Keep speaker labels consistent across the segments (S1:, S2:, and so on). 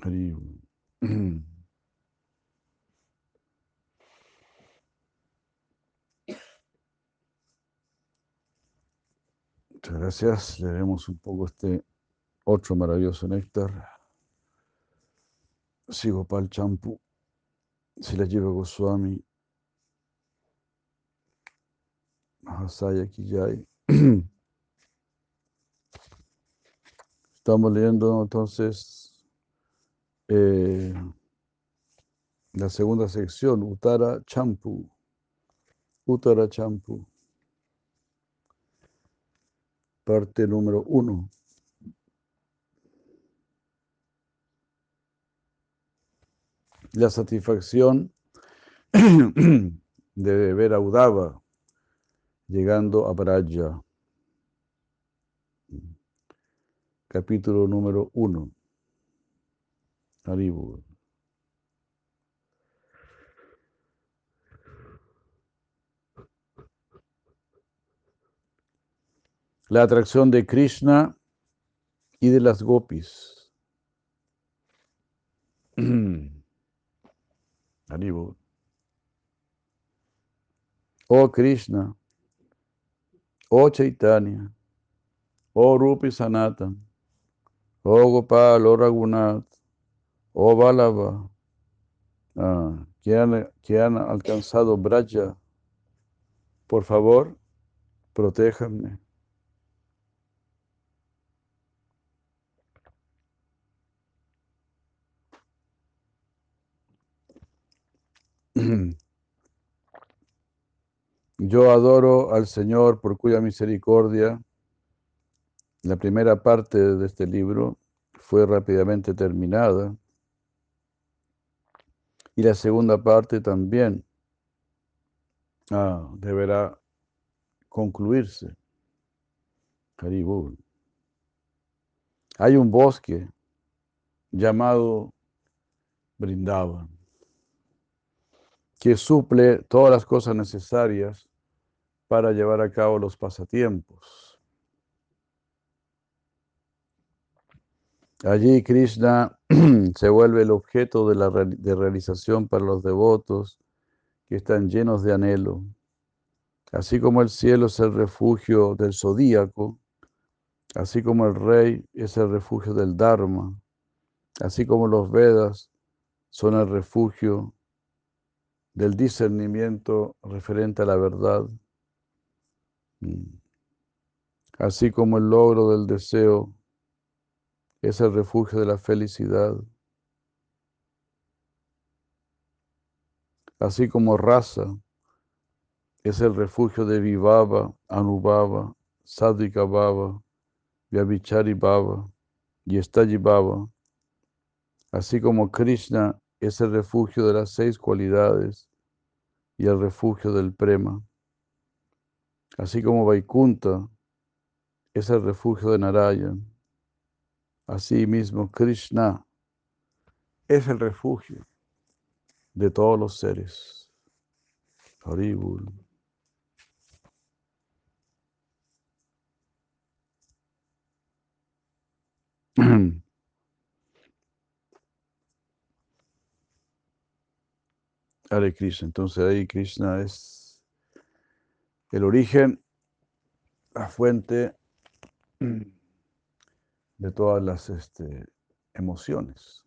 S1: Hari. Muchas gracias. Le demos un poco este otro maravilloso néctar. Sigopal Champu, Sila Jiva Goswami, Mahasaya Kijai. Estamos leyendo entonces eh, la segunda sección, Uttara Champu. Uttara Champu, parte número 1. La satisfacción de ver a Uddhava llegando a Braja. Capítulo número 1. Haribu. La atracción de Krishna y de las gopis. Haribu. Oh Krishna, oh Chaitanya, oh Rupi Sanatan, oh Gopal, oh Raghunath, oh Balava, que han alcanzado Braja, por favor, protéjanme. Yo adoro al Señor por cuya misericordia la primera parte de este libro fue rápidamente terminada y la segunda parte también deberá concluirse. Haribol. Hay un bosque llamado Brindavan que suple todas las cosas necesarias para llevar a cabo los pasatiempos. Allí Krishna se vuelve el objeto de realización para los devotos que están llenos de anhelo. Así como el cielo es el refugio del zodíaco, así como el rey es el refugio del Dharma, así como los Vedas son el refugio del discernimiento referente a la verdad, así como el logro del deseo es el refugio de la felicidad, así como Rasa es el refugio de Vibhava, Anubhava, Sadhika Bhava, Vyabhichari Bhava y Estayi Bhava, así como Krishna es el refugio de las 6 cualidades y el refugio del prema, así como Vaikunta es el refugio de Narayan, así mismo Krishna es el refugio de todos los seres. Haribol. Hare Krishna. Entonces ahí Krishna es el origen, la fuente de todas las emociones.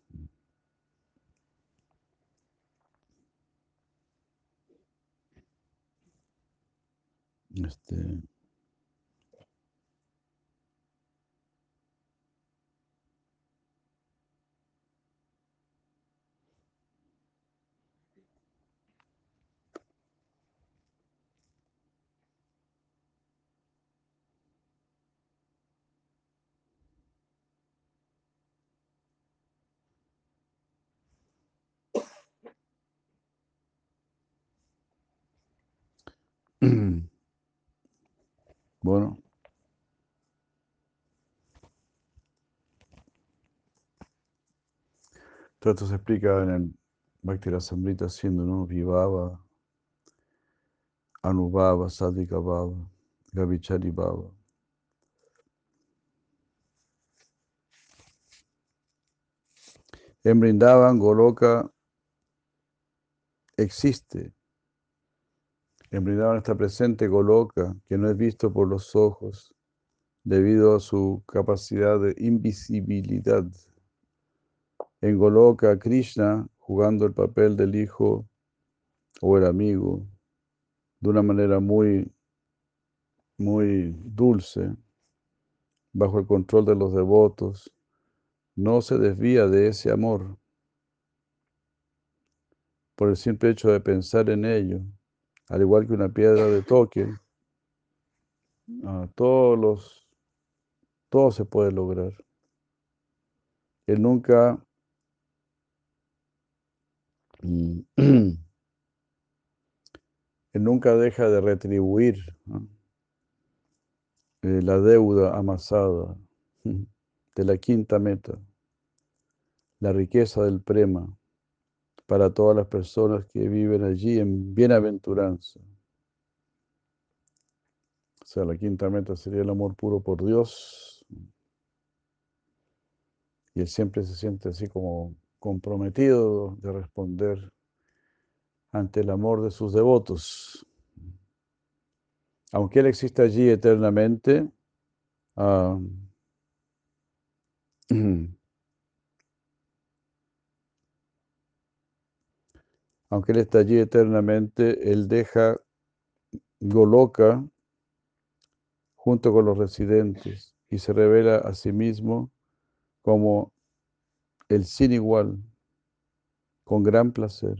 S1: Este, bueno, todo esto se explica en el Bhakti Rasamrita haciendo, ¿no? Vibhava, Anubhava, Sadhika Bhava, Gavichari Bhava. En Vrindavan, Goloka existe. En Vrindavan está presente Goloka, que no es visto por los ojos debido a su capacidad de invisibilidad. En Goloka, Krishna, jugando el papel del hijo o el amigo, de una manera muy, muy dulce, bajo el control de los devotos, no se desvía de ese amor por el simple hecho de pensar en ello, al igual que una piedra de toque. Todos todo se puede lograr. Él nunca, él nunca deja de retribuir, ¿no? La deuda amasada de la quinta meta, la riqueza del prema para todas las personas que viven allí en bienaventuranza. O sea, la quinta meta sería el amor puro por Dios, y él siempre se siente así como comprometido de responder ante el amor de sus devotos. Aunque él exista allí eternamente, ah, aunque él está allí eternamente, él deja Goloka junto con los residentes y se revela a sí mismo como el sin igual, con gran placer.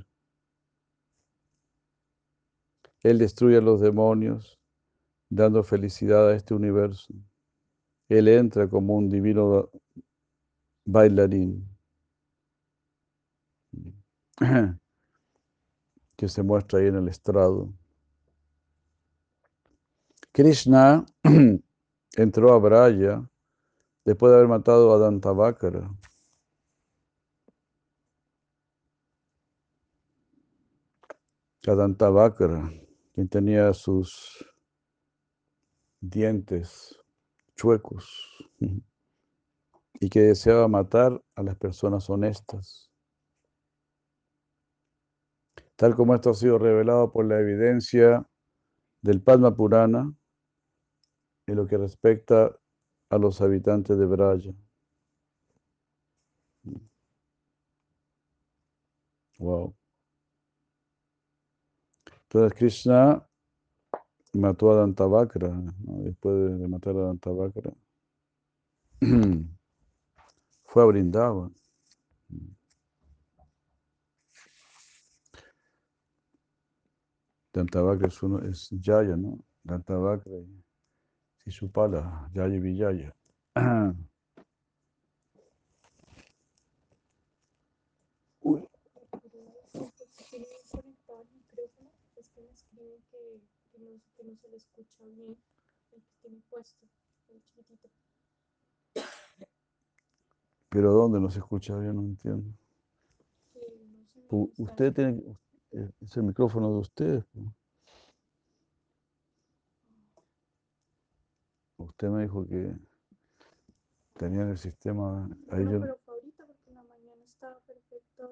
S1: Él destruye a los demonios, dando felicidad a este universo. Él entra como un divino bailarín que se muestra ahí en el estrado. Krishna entró a Braya después de haber matado a Dantavakara. A Dantavakara, quien tenía sus dientes chuecos y que deseaba matar a las personas honestas. Tal como esto ha sido revelado por la evidencia del Padma Purana en lo que respecta a los habitantes de Braya. Wow. Entonces Krishna mató a Dantavakra, ¿no? Después de matar a Dantavakra, fue a Brindavan. Dantavakra es Jaya, ¿no? Dantavakra y Sisupala, Jaya y Vijaya. Uy,
S2: Si tiene conectado el micrófono, es que me escriben que no se le escucha bien el que tiene puesto, el chiquitito.
S1: pero ¿dónde no se escucha bien? No entiendo.
S2: Que no sé dónde está.
S1: Usted tiene, es el micrófono de usted. Usted me dijo que tenían el sistema ahí.
S2: No, pero fue ahorita porque en la mañana estaba perfecto.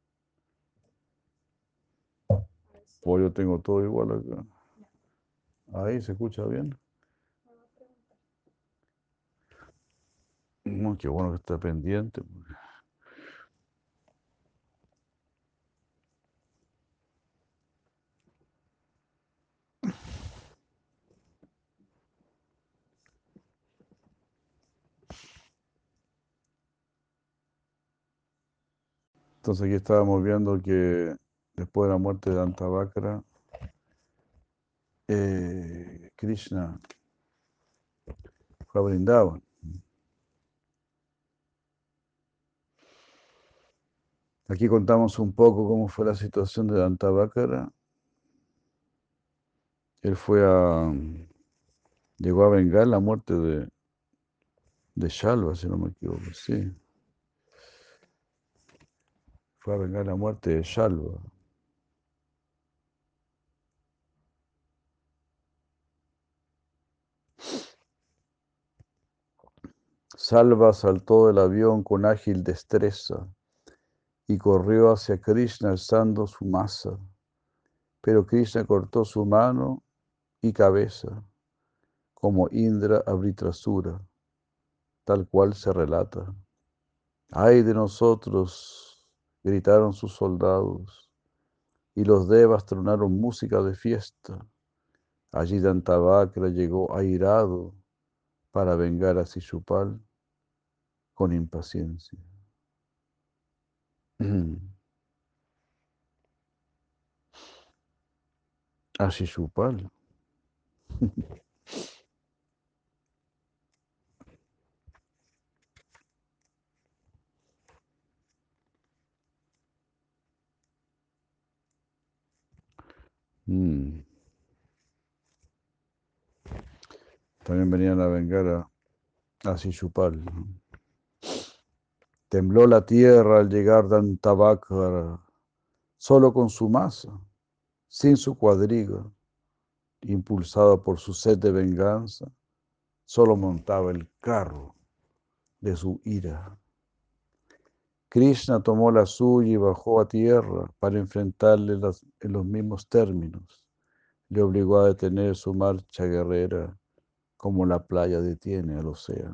S2: A ver si
S1: Pues yo tengo todo igual acá.
S2: ya,
S1: Ahí se escucha bien.
S2: me va a preguntar.
S1: Qué bueno que está pendiente. Entonces aquí estábamos viendo que después de la muerte de Antavakra, Krishna fue a Vrindavan. Aquí contamos un poco cómo fue la situación de Antavakra. Él llegó a vengar la muerte de Shalva, si no me equivoco, sí. Fue a vengar la muerte de Shalva. Salva saltó del avión con ágil destreza y corrió hacia Krishna alzando su masa. Pero Krishna cortó su mano y cabeza, como Indra a Vritrasura, tal cual se relata. ¡Ay de nosotros! Gritaron sus soldados, y los devas tronaron música de fiesta. Allí Dantavakra llegó airado para vengar a Sishupal con impaciencia. A Shishupal. Mm. También venían a vengar a Shishupal. Tembló la tierra al llegar Dantavakra, solo con su masa, sin su cuadriga, impulsado por su sed de venganza, solo montaba el carro de su ira. Krishna tomó la suya y bajó a tierra para enfrentarle en los mismos términos. Le obligó a detener su marcha guerrera como la playa detiene al océano.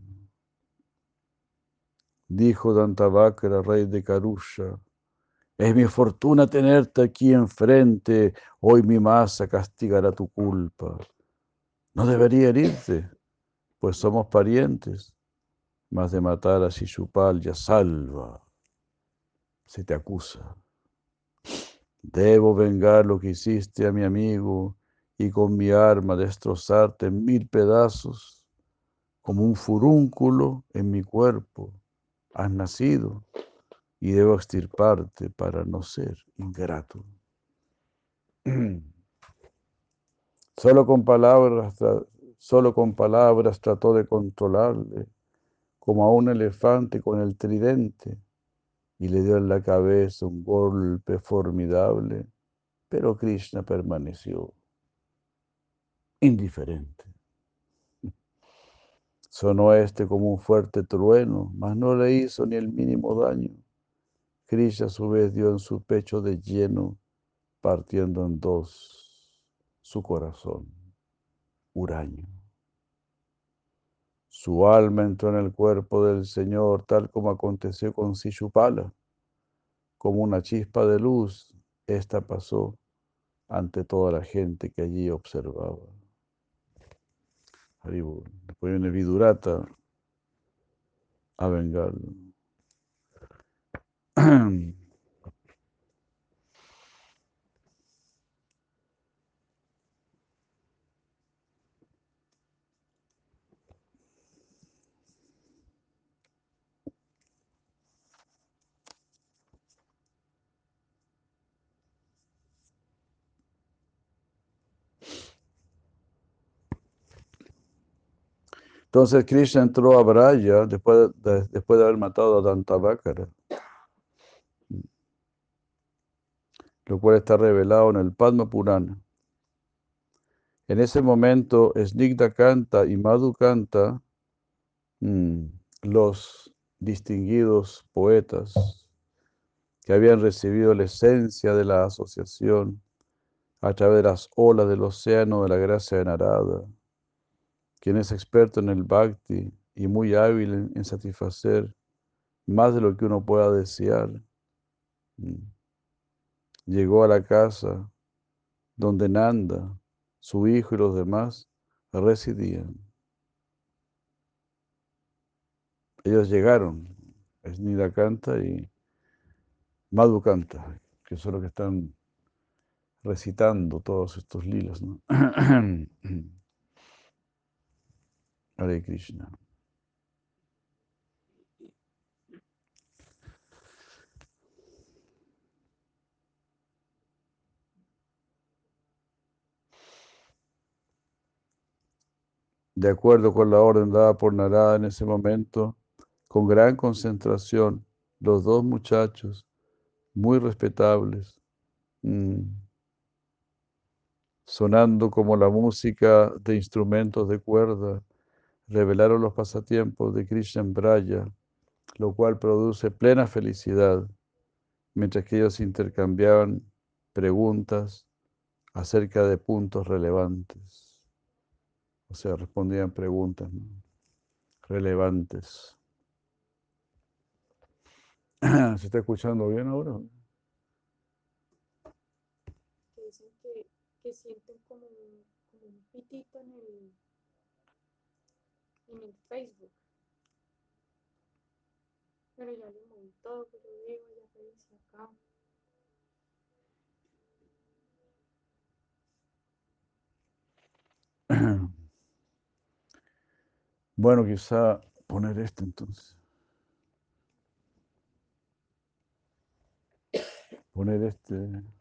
S1: Dijo Dantavakra, rey de Karusha: es mi fortuna tenerte aquí enfrente, hoy mi masa castigará tu culpa. No debería herirte, pues somos parientes, mas de matar a Shishupal ya salva, se te acusa. Debo vengar lo que hiciste a mi amigo y con mi arma destrozarte en 1000 pedazos, como un furúnculo en mi cuerpo. Has nacido y debo extirparte para no ser ingrato. Solo con palabras, solo con palabras trató de controlarle, como a un elefante con el tridente, y le dio en la cabeza un golpe formidable, pero Krishna permaneció indiferente. Sonó este como un fuerte trueno, mas no le hizo ni el mínimo daño. Krishna a su vez dio en su pecho de lleno, partiendo en dos su corazón, huraño. Su alma entró en el cuerpo del Señor, tal como aconteció con Sishupala. Como una chispa de luz, esta pasó ante toda la gente que allí observaba. Haribol. Después viene Vidurata a vengarlo. Entonces Krishna entró a Braya después de haber matado a Dantavakara, lo cual está revelado en el Padma Purana. En ese momento, Snigdha Kanta y Madhu Kanta, mm, los distinguidos poetas que habían recibido la esencia de la asociación a través de las olas del océano de la gracia de Narada, quien es experto en el bhakti y muy hábil en satisfacer más de lo que uno pueda desear, mm, llegó a la casa donde Nanda, su hijo y los demás residían. Ellos llegaron, Snidakanta y Madhukanta, que son los que están recitando todos estos lilas, ¿no? Hare Krishna. De acuerdo con la orden dada por Narada en ese momento, con gran concentración, los dos muchachos, muy respetables, mm, sonando como la música de instrumentos de cuerda, revelaron los pasatiempos de Krishna en Braya, lo cual produce plena felicidad mientras que ellos intercambiaban preguntas acerca de puntos relevantes. O sea, respondían preguntas, ¿no?, relevantes. ¿Se está escuchando bien ahora?
S2: Que dicen que sienten como un pitito en el Facebook. Pero ya le moví todo, pero veo, ya revisé acá.
S1: Bueno, quizá poner este entonces. Poner este.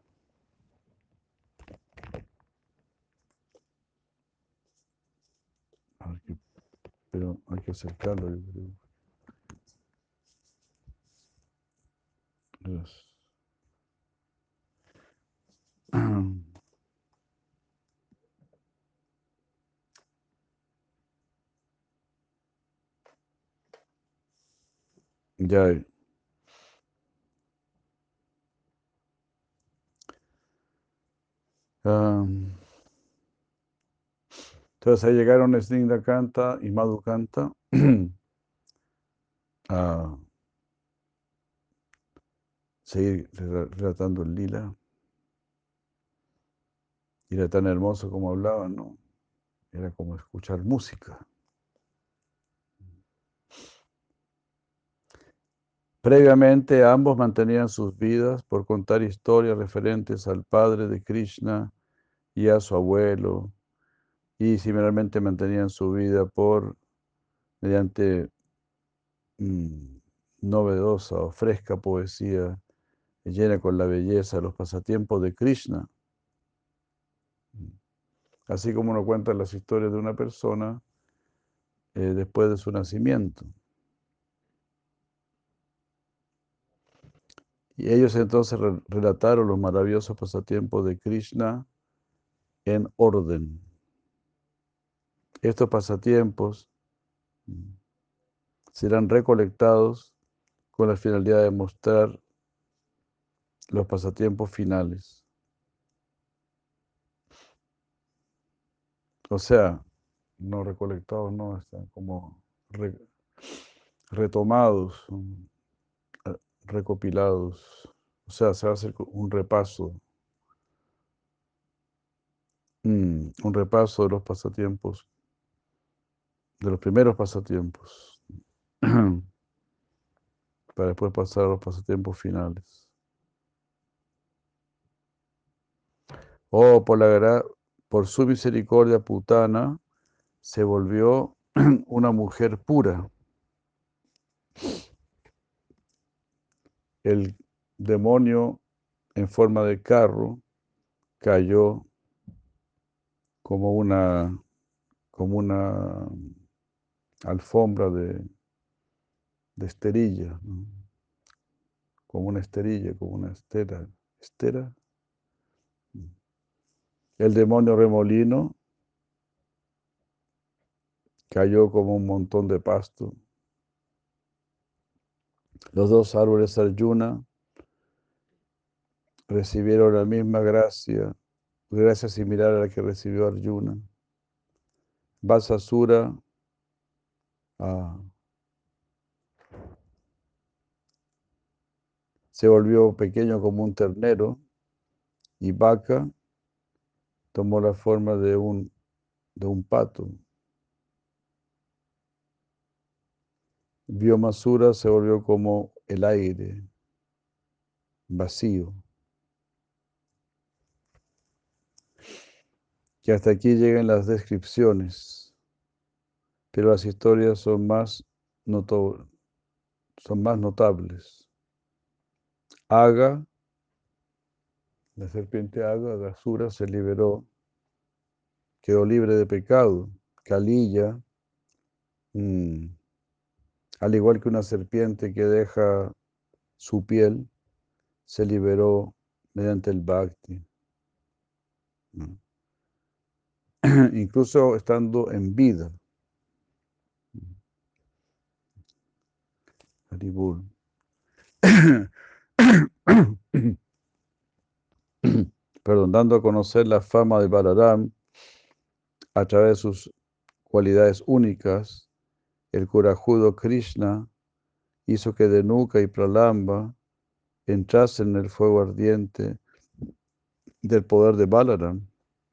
S1: A ver pero hay que acercarlo, yo creo. Yes. Ya. Entonces ahí llegaron Snigdha y Madhukanta a seguir relatando el lila. Y era tan hermoso como hablaban, ¿no? Era como escuchar música. Previamente ambos mantenían sus vidas por contar historias referentes al padre de Krishna y a su abuelo, y similarmente mantenían su vida mediante novedosa o fresca poesía llena con la belleza de los pasatiempos de Krishna. Así como uno cuenta las historias de una persona después de su nacimiento. Y ellos entonces relataron los maravillosos pasatiempos de Krishna en orden. Estos pasatiempos serán recolectados con la finalidad de mostrar los pasatiempos finales. O sea, no recolectados, no, están como retomados, recopilados. O sea, se va a hacer un repaso, un repaso de los pasatiempos, de los primeros pasatiempos, para después pasar a los pasatiempos finales. Oh, por su misericordia, Putana se volvió una mujer pura. El demonio en forma de carro cayó como una alfombra de esterilla, ¿no? Como una esterilla, como una estera. ¿Estera? El demonio remolino cayó como un montón de pasto. Los dos árboles Arjuna recibieron la misma gracia similar a la que recibió Arjuna. Vasasura se volvió pequeño como un ternero y Vaca tomó la forma de un pato. Vyomasura se volvió como el aire, vacío. Que hasta aquí llegan las descripciones, pero las historias son más notables. Aga, la serpiente Aga, Gasura, se liberó, quedó libre de pecado. Kaliya, al igual que una serpiente que deja su piel, se liberó mediante el bhakti. Incluso estando en vida. Haribol. perdón, dando a conocer la fama de Balaram a través de sus cualidades únicas, el corajudo Krishna hizo que Denuka y Pralamba entrasen en el fuego ardiente del poder de Balaram.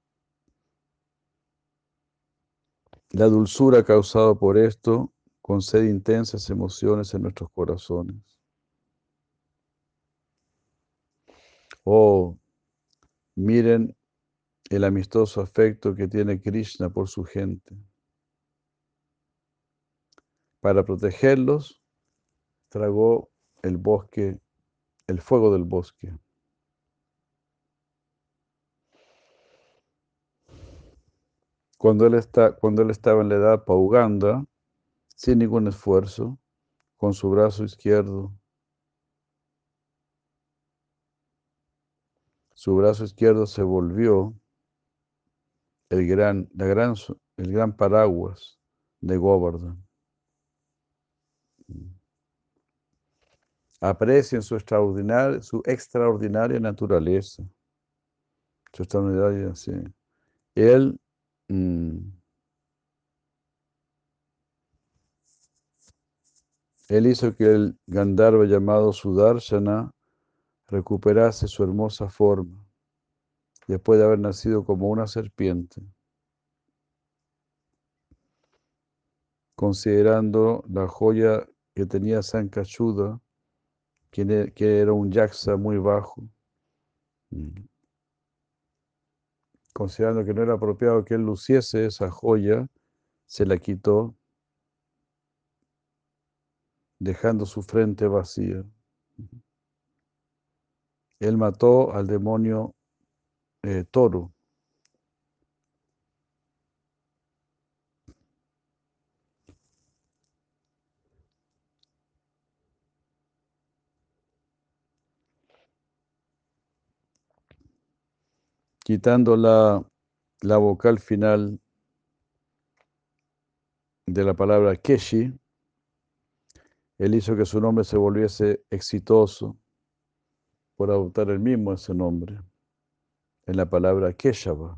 S1: La dulzura causada por esto concede intensas emociones en nuestros corazones. Oh, miren el amistoso afecto que tiene Krishna por su gente. Para protegerlos, tragó el bosque, el fuego del bosque. Cuando él estaba en la edad pauganda, sin ningún esfuerzo, con su brazo izquierdo, se volvió el gran paraguas de Govardhan. Aprecien su extraordinaria naturaleza, su extraordinaria, sí. Él, mm, él hizo que el Gandharva llamado Sudarshana recuperase su hermosa forma, después de haber nacido como una serpiente, considerando la joya que tenía Sankashuda, que era un yaksa muy bajo, considerando que no era apropiado que él luciese esa joya, se la quitó, dejando su frente vacía. Él mató al demonio toro. Quitando la vocal final de la palabra Keshi, él hizo que su nombre se volviese exitoso por adoptar él mismo ese nombre en la palabra Keshava.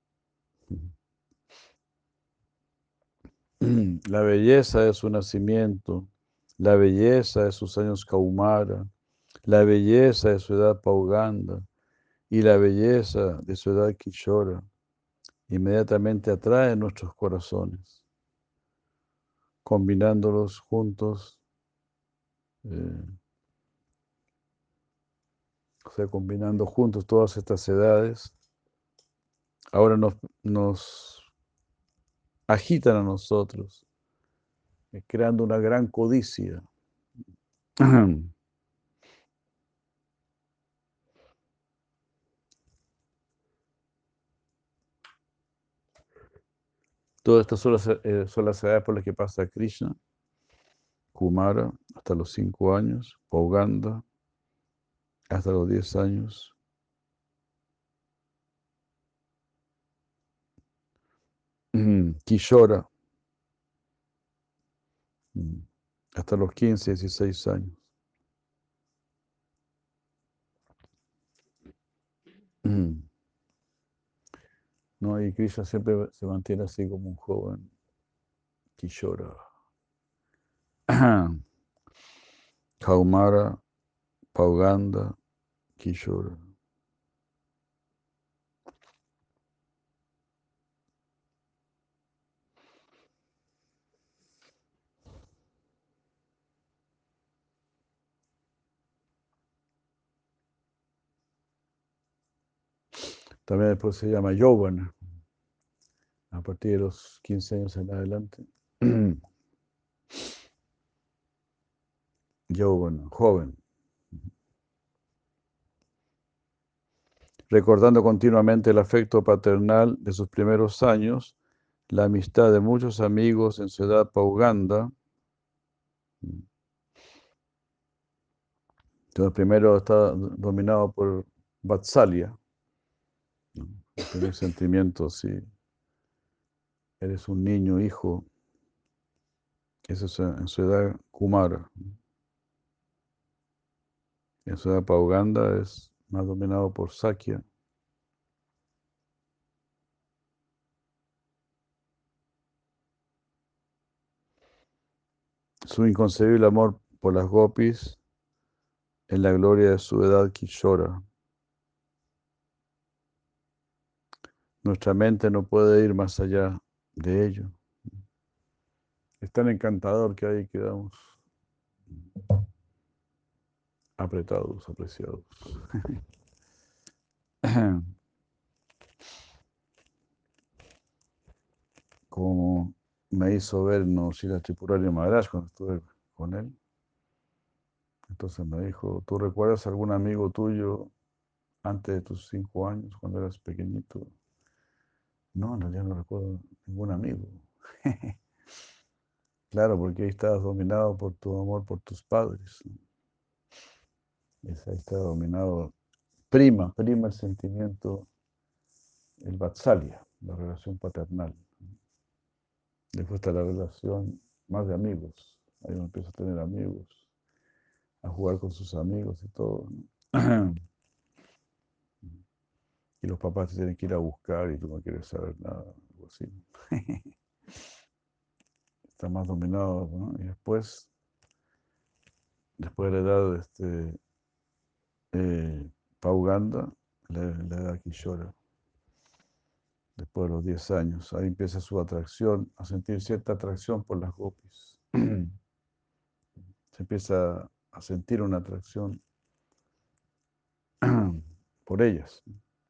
S1: La belleza de su nacimiento, la belleza de sus años Kaumara, la belleza de su edad Pauganda y la belleza de su edad Kishora inmediatamente atraen nuestros corazones, combinándolos juntos, eh, o sea, combinando juntos todas estas edades, ahora nos agitan a nosotros, creando una gran codicia. Todas estas son las edades por las que pasa Krishna, Kumara hasta los 5 años, Pauganda hasta los 10 años, Kishora mm, hasta los 15, 16 años. ¿No? Y Krishna siempre se mantiene así como un joven Kishora. Kaumara, Pauganda, Kishora. También después se llama Yovana, a partir de los 15 años en adelante. Yovana, joven. Recordando continuamente el afecto paternal de sus primeros años, la amistad de muchos amigos en su edad pauganda. Entonces, primero está dominado por Vatsalya, ¿no? El primer sentimiento, si eres un niño, hijo, eso es en su edad Kumara. En Sonapa, Uganda es más dominado por Sakya. Su inconcebible amor por las gopis en la gloria de su edad Kishora. Nuestra mente no puede ir más allá de ello. Es tan encantador que ahí quedamos apretados, apreciados. Como me hizo ver no Srila Tripurari Maharaj cuando estuve con él. Entonces me dijo, ¿tú recuerdas algún amigo tuyo antes de tus 5 años, cuando eras pequeñito? No, en realidad no recuerdo ningún amigo. Claro, porque ahí estabas dominado por tu amor por tus padres. Ahí está dominado. Prima el sentimiento, el vatsalya, la relación paternal. Después está la relación más de amigos. Ahí uno empieza a tener amigos, a jugar con sus amigos y todo, ¿no? Y los papás te tienen que ir a buscar y tú no quieres saber nada, algo así. Está más dominado, ¿no? Y después de la edad Pauganda, la edad Kishora, después de los 10 años, ahí empieza su atracción, a sentir cierta atracción por las gopis. Se empieza a sentir una atracción por ellas.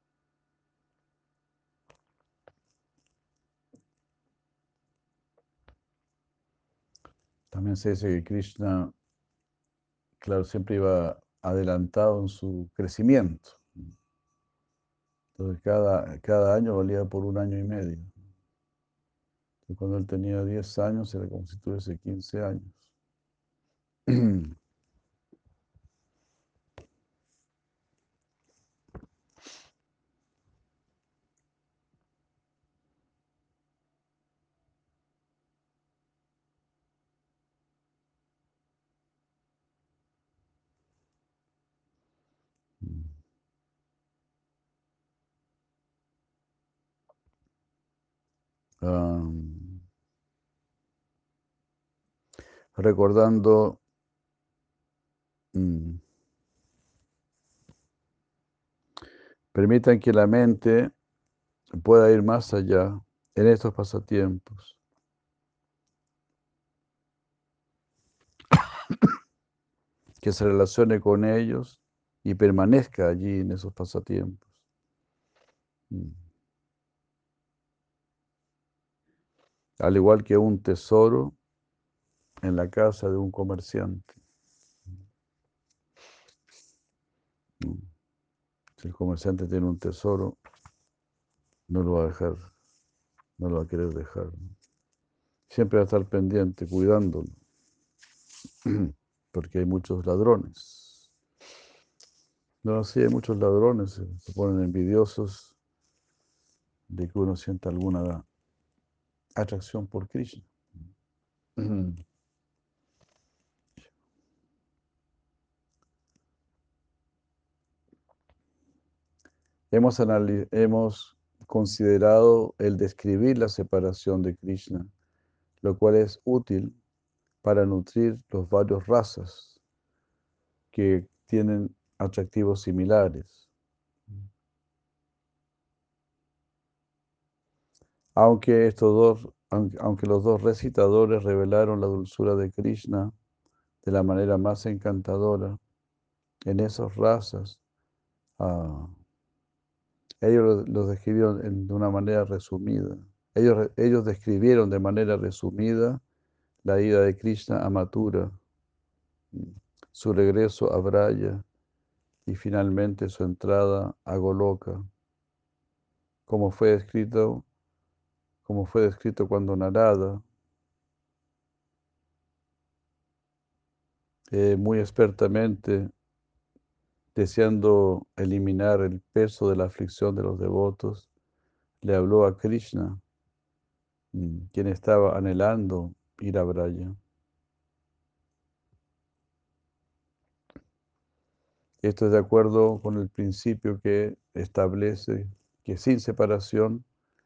S1: También se dice que Krishna, claro, siempre iba adelantado en su crecimiento. Entonces cada año valía por un año y medio. Y cuando él tenía 10 años era como si tuviese 15 años. Am, recordando, mm, permitan que la mente pueda ir más allá en estos pasatiempos, que se relacione con ellos y permanezca allí en esos pasatiempos. Mm. Al igual que un tesoro en la casa de un comerciante. Mm. Si el comerciante tiene un tesoro, no lo va a dejar, no lo va a querer dejar, ¿no? Siempre va a estar pendiente, cuidándolo, porque hay muchos ladrones. No, sí, hay muchos ladrones, se ponen envidiosos de que uno sienta alguna atracción por Krishna. Hemos considerado el describir la separación de Krishna, lo cual es útil para nutrir los varios razas que tienen atractivos similares. Aunque los dos recitadores revelaron la dulzura de Krishna de la manera más encantadora en esas razas, ah, ellos los describieron de una manera resumida. Ellos describieron de manera resumida la ida de Krishna a Mathura, su regreso a Braya y finalmente su entrada a Goloka, como fue descrito, como fue descrito cuando Narada, muy expertamente, deseando eliminar el peso de la aflicción de los devotos, le habló a Krishna, quien estaba anhelando ir a Braya. Esto es de acuerdo con el principio que establece que sin separación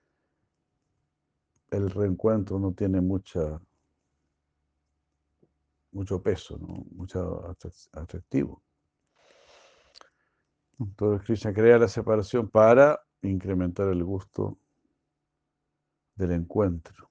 S1: el reencuentro no tiene mucho peso, ¿no? Mucho atractivo. Entonces Krishna crea la separación para incrementar el gusto del encuentro.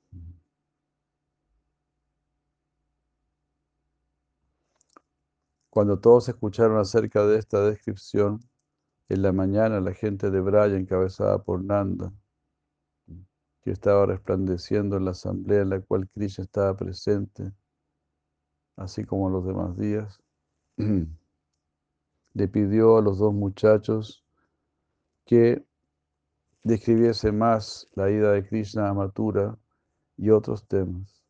S1: Cuando todos escucharon acerca de esta descripción, en la mañana la gente de Braya, encabezada por Nanda, que estaba resplandeciendo en la asamblea en la cual Krishna estaba presente, así como los demás días, le pidió a los dos muchachos que describiese más la ida de Krishna a Mathura y otros temas.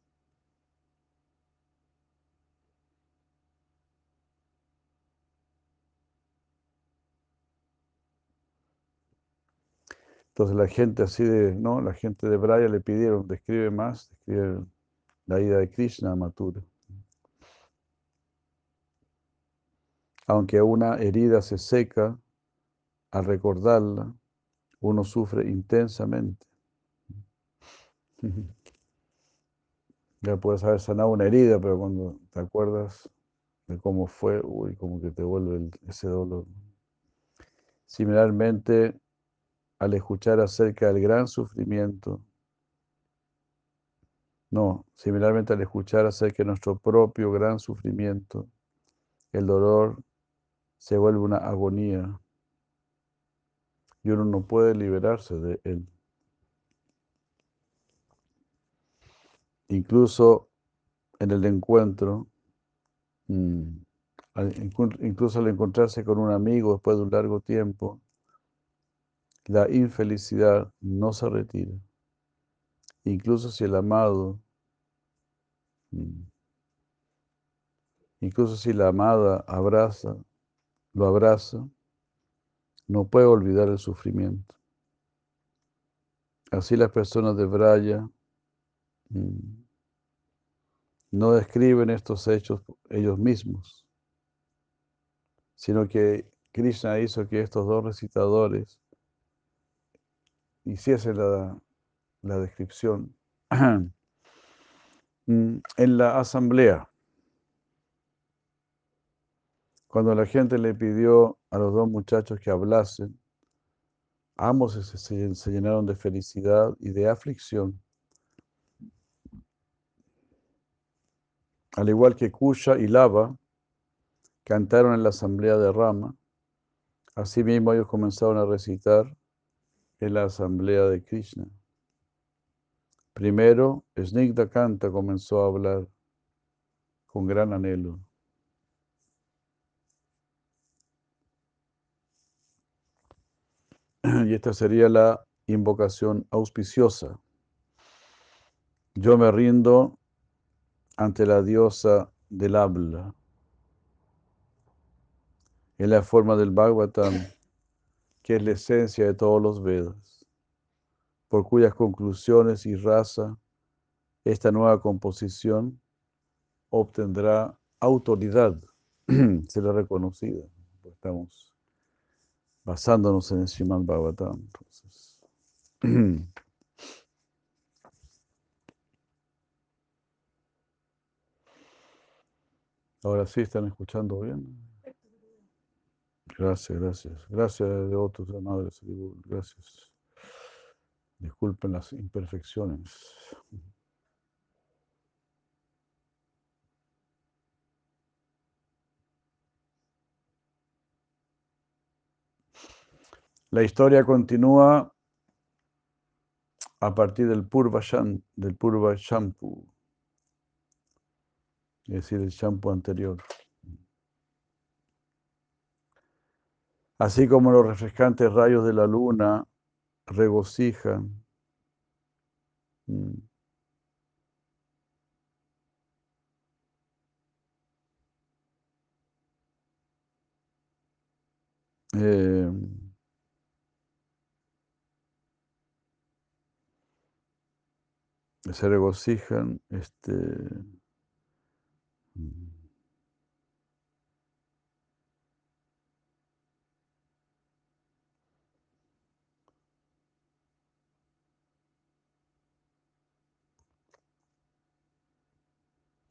S1: Entonces la gente así ¿no? La gente de Braya le pidieron, describe más, describe la ida de Krishna a Mathura. Aunque una herida se seca al recordarla, uno sufre intensamente. Ya puedes haber sanado una herida, pero cuando te acuerdas de cómo fue, uy, como que te vuelve ese dolor. Similarmente, al escuchar acerca del gran sufrimiento, no, similarmente al escuchar acerca de nuestro propio gran sufrimiento, el dolor se vuelve una agonía y uno no puede liberarse de él. Incluso en el encuentro, mm, incluso al encontrarse con un amigo después de un largo tiempo, la infelicidad no se retira. Incluso si el amado, mm, incluso si la amada lo abraza, no puede olvidar el sufrimiento. Así las personas de Braya mm, no describen estos hechos ellos mismos, sino que Krishna hizo que estos dos recitadores hiciesen la descripción en la asamblea. Cuando la gente le pidió a los dos muchachos que hablasen, ambos se llenaron de felicidad y de aflicción. Al igual que Kusha y Lava cantaron en la asamblea de Rama, asimismo ellos comenzaron a recitar en la asamblea de Krishna. Primero, Snigdha Kanta comenzó a hablar con gran anhelo. Y esta sería la invocación auspiciosa. Yo me rindo ante la diosa del habla. En la forma del Bhagavatam, que es la esencia de todos los Vedas, por cuyas conclusiones y raza esta nueva composición obtendrá autoridad, será reconocida. Estamos basándonos en el Srimad Bhagavatam. Entonces. Ahora sí, ¿están escuchando bien? Gracias, gracias. Gracias de otros, madres. Gracias. Disculpen las imperfecciones. La historia continúa a partir del Purva Shampoo, es decir, el shampoo anterior. Así como los refrescantes rayos de la luna regocijan mm, eh, se regocijan, mm,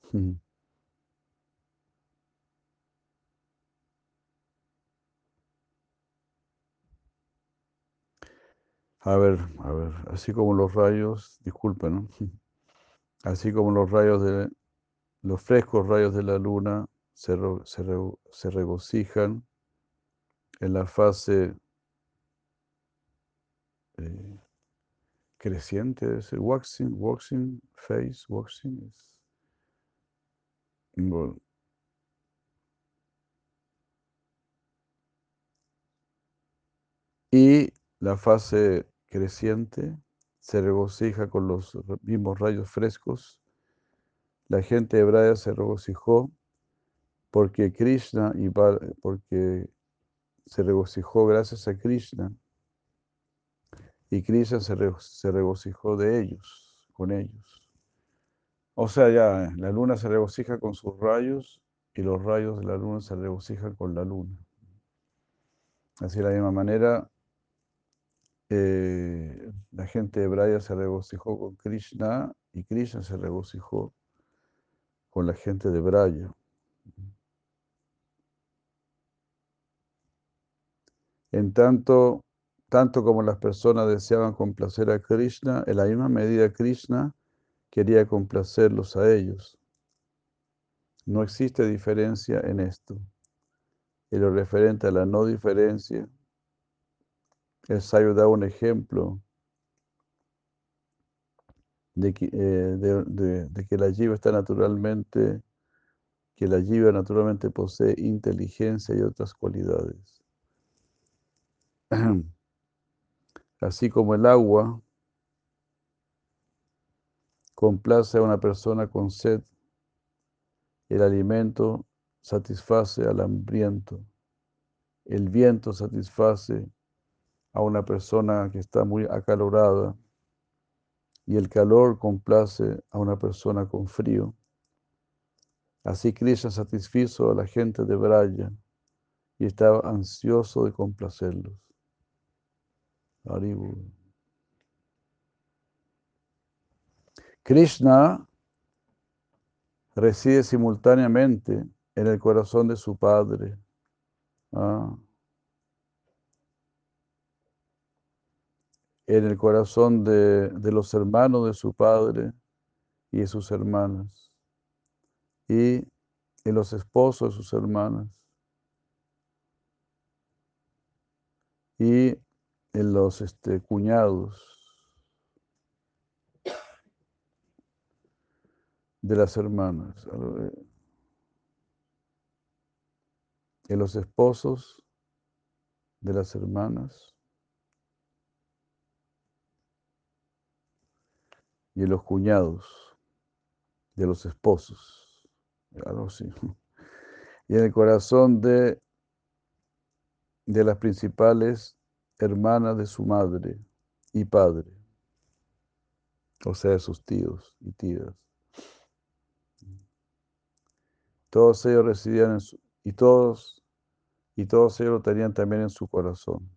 S1: A ver, así como los rayos, disculpen, ¿no? Así como los frescos rayos de la luna se regocijan en la fase eh, creciente, es el waxing phase, waxing es, bueno, y la fase creciente se regocija con los mismos rayos frescos. La gente hebrea se regocijó porque porque se regocijó gracias a Krishna y Krishna se regocijó de ellos, con ellos. O sea, ya la luna se regocija con sus rayos y los rayos de la luna se regocijan con la luna. Así de la misma manera, la gente hebrea se regocijó con Krishna y Krishna se regocijó con la gente de Braya. En tanto como las personas deseaban complacer a Krishna, en la misma medida Krishna quería complacerlos a ellos. No existe diferencia en esto. En lo referente a la no diferencia, el sabio da un ejemplo de que la jiva está naturalmente, que la jiva naturalmente posee inteligencia y otras cualidades. Así como el agua complace a una persona con sed, el alimento satisface al hambriento, el viento satisface a una persona que está muy acalorada y el calor complace a una persona con frío. Así Krishna satisfizo a la gente de Braya y estaba ansioso de complacerlos. Haribu. Krishna reside simultáneamente en el corazón de su padre, ¿ah? En el corazón de los hermanos de su padre y de sus hermanas, y en los esposos de sus hermanas, y en los cuñados de las hermanas, en los esposos de las hermanas y en los cuñados de los esposos, algo así. Y en el corazón de las principales hermanas de su madre y padre, o sea, de sus tíos y tías. Todos ellos residían y todos ellos lo tenían también en su corazón.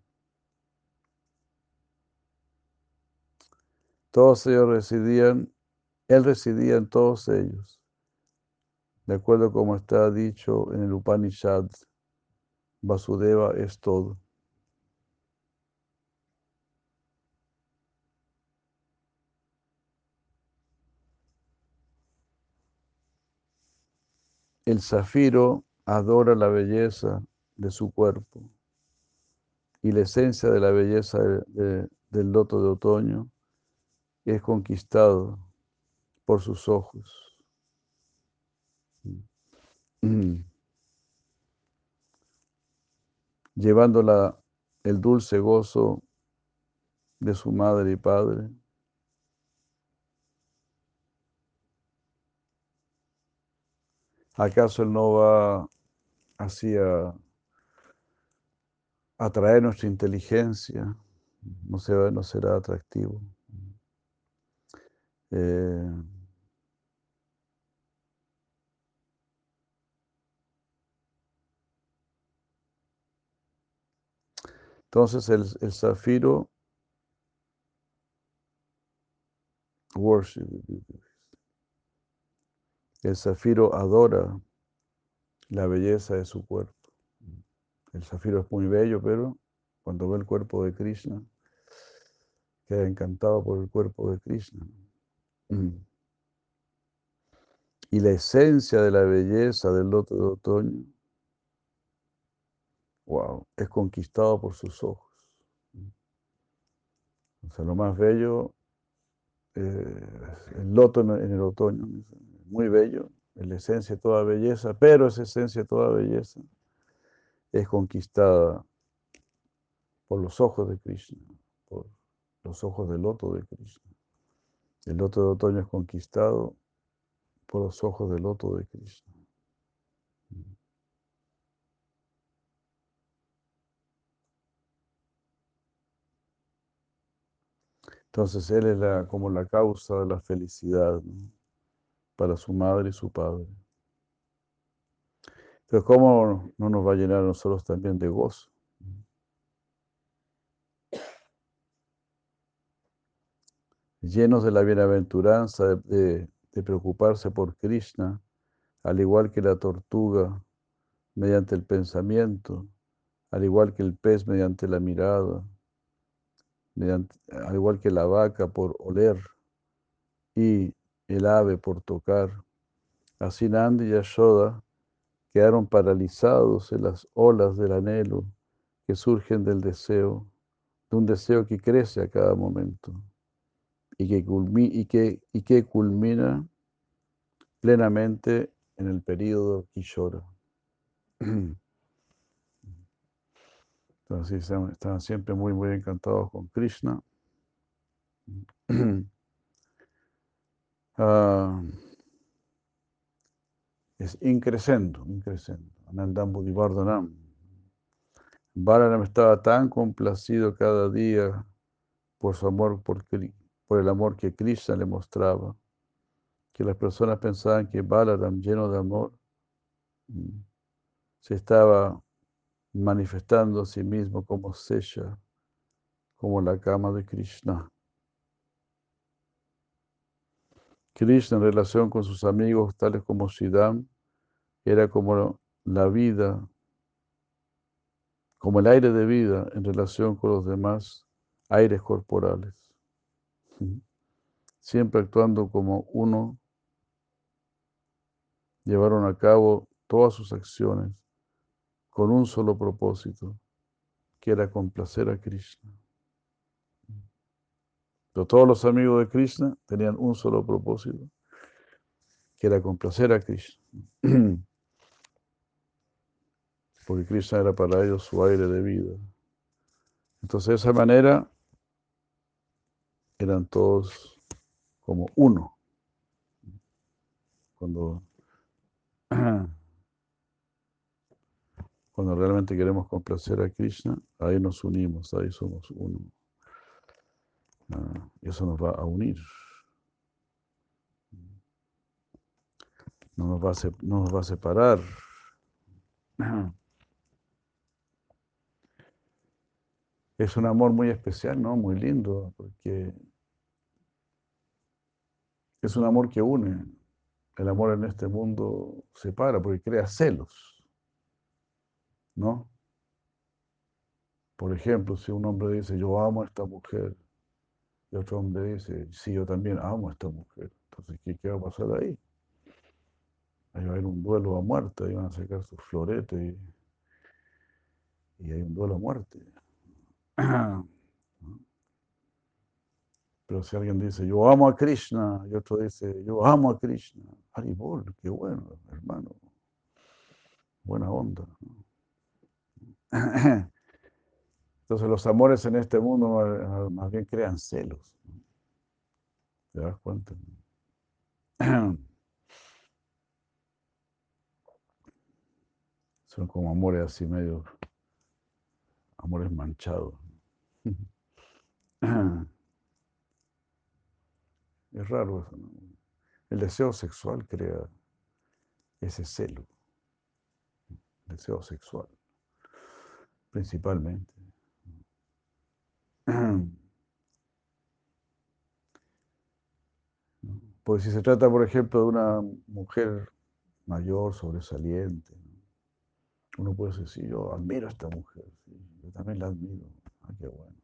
S1: Todos ellos él residía en todos ellos, de acuerdo como está dicho en el Upanishad, Vasudeva es todo. El zafiro adora la belleza de su cuerpo y la esencia de la belleza del loto de otoño es conquistado por sus ojos. Llevando el dulce gozo de su madre y padre. ¿Acaso él no va así a atraer nuestra inteligencia? No será atractivo. Eh, entonces el zafiro worship. El zafiro adora la belleza de su cuerpo. El zafiro es muy bello, pero cuando ve el cuerpo de Krishna, queda encantado por el cuerpo de Krishna. Y la esencia de la belleza del loto de otoño, wow, es conquistado por sus ojos. O sea, lo más bello, el loto en el otoño, muy bello, es la esencia de toda belleza, pero esa esencia de toda belleza es conquistada por los ojos de Krishna, por los ojos del loto de Krishna. El loto de otoño es conquistado por los ojos del loto de Krishna. Entonces él es como la causa de la felicidad, ¿no? Para su madre y su padre. Entonces, ¿cómo no nos va a llenar a nosotros también de gozo? Llenos de la bienaventuranza de preocuparse por Krishna, al igual que la tortuga mediante el pensamiento, al igual que el pez mediante la mirada, al igual que la vaca por oler y el ave por tocar. Así Nanda y Yashoda quedaron paralizados en las olas del anhelo que surgen del deseo, de un deseo que crece a cada momento y que culmina plenamente en el período Kishora. Entonces estaban siempre muy, muy encantados con Krishna. Ah, es increscendo, increscendo. Anandam Buddhivardhanam. Balaram estaba tan complacido cada día por su amor por el amor que Krishna le mostraba, que las personas pensaban que Balaram, lleno de amor, mm, se estaba manifestando a sí mismo como Sesha, como la cama de Krishna. Krishna, en relación con sus amigos, tales como Siddham, era como la vida, como el aire de vida en relación con los demás aires corporales. Siempre actuando como uno, llevaron a cabo todas sus acciones con un solo propósito, que era complacer a Krishna. Pero todos los amigos de Krishna tenían un solo propósito, que era complacer a Krishna. Porque Krishna era para ellos su aire de vida. Entonces, de esa manera, eran todos como uno. Cuando, cuando realmente queremos complacer a Krishna, ahí nos unimos, ahí somos uno. Y eso nos va a unir. No nos va a separar. Es un amor muy especial, ¿no? Muy lindo, porque es un amor que une. El amor en este mundo separa porque crea celos, ¿no? Por ejemplo, si un hombre dice, yo amo a esta mujer, y otro hombre dice, sí, yo también amo a esta mujer. Entonces, ¿qué va a pasar ahí? Ahí va a haber un duelo a muerte, ahí van a sacar sus floretes y hay un duelo a muerte. Pero si alguien dice, yo amo a Krishna, y otro dice, yo amo a Krishna, Haribol, qué bueno, hermano, buena onda. Entonces los amores en este mundo más bien crean celos, ¿te das cuenta? Son como amores así medio, amores manchados. Es raro eso, ¿no? El deseo sexual crea ese celo, deseo sexual, principalmente. Porque si se trata, por ejemplo, de una mujer mayor, sobresaliente, ¿no? Uno puede decir, yo admiro a esta mujer, sí, yo también la admiro. Ah, qué bueno.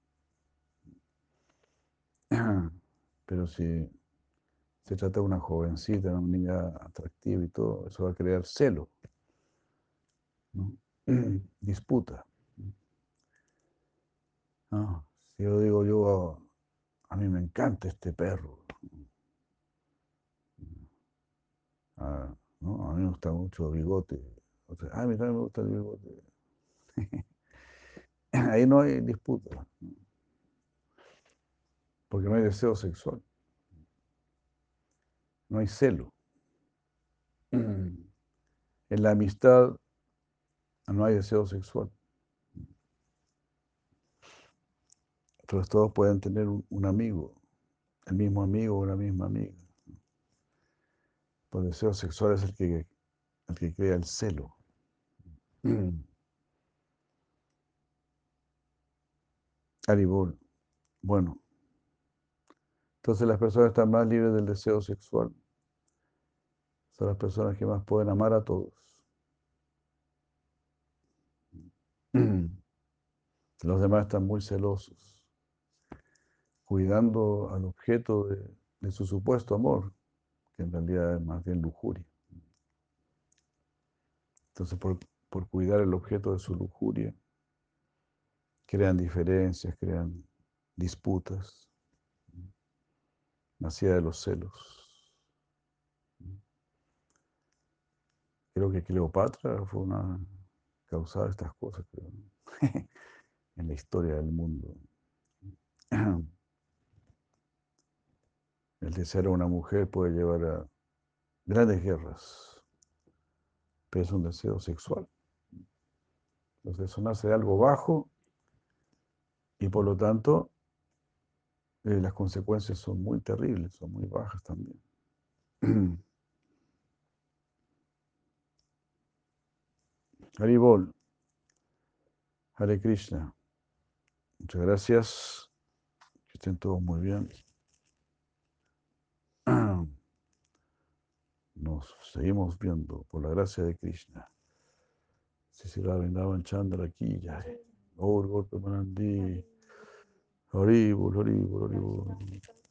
S1: Pero si se trata de una jovencita, una niña atractiva y todo, eso va a crear celo, ¿no? Disputa. Ah, si yo digo, a mí me encanta este perro. Ah, ¿no? A mí me gusta mucho Bigote. A mí también me gusta el Bigote. Ahí no hay disputa, porque no hay deseo sexual, no hay celo. En la amistad no hay deseo sexual. Entonces todos pueden tener un amigo, el mismo amigo o una misma amiga. Pues el deseo sexual es el que crea el celo. Haribol. Bueno, entonces las personas que están más libres del deseo sexual son las personas que más pueden amar a todos. Los demás están muy celosos, cuidando al objeto de su supuesto amor, que en realidad es más bien lujuria. Entonces, por cuidar el objeto de su lujuria, crean diferencias, crean disputas, nacida de los celos. Creo que Cleopatra fue una causada de estas cosas, creo, ¿no? En la historia del mundo. El desear a una mujer puede llevar a grandes guerras, pero es un deseo sexual. Entonces eso nace de algo bajo y por lo tanto las consecuencias son muy terribles, son muy bajas también. Haribol, Hare Krishna. Muchas gracias. Que estén todos muy bien. Nos seguimos viendo por la gracia de Krishna. Sisila Vrindavan Chandra aquí ya. Gaur Gaur Premanandi. Haribol, Haribol, Haribol.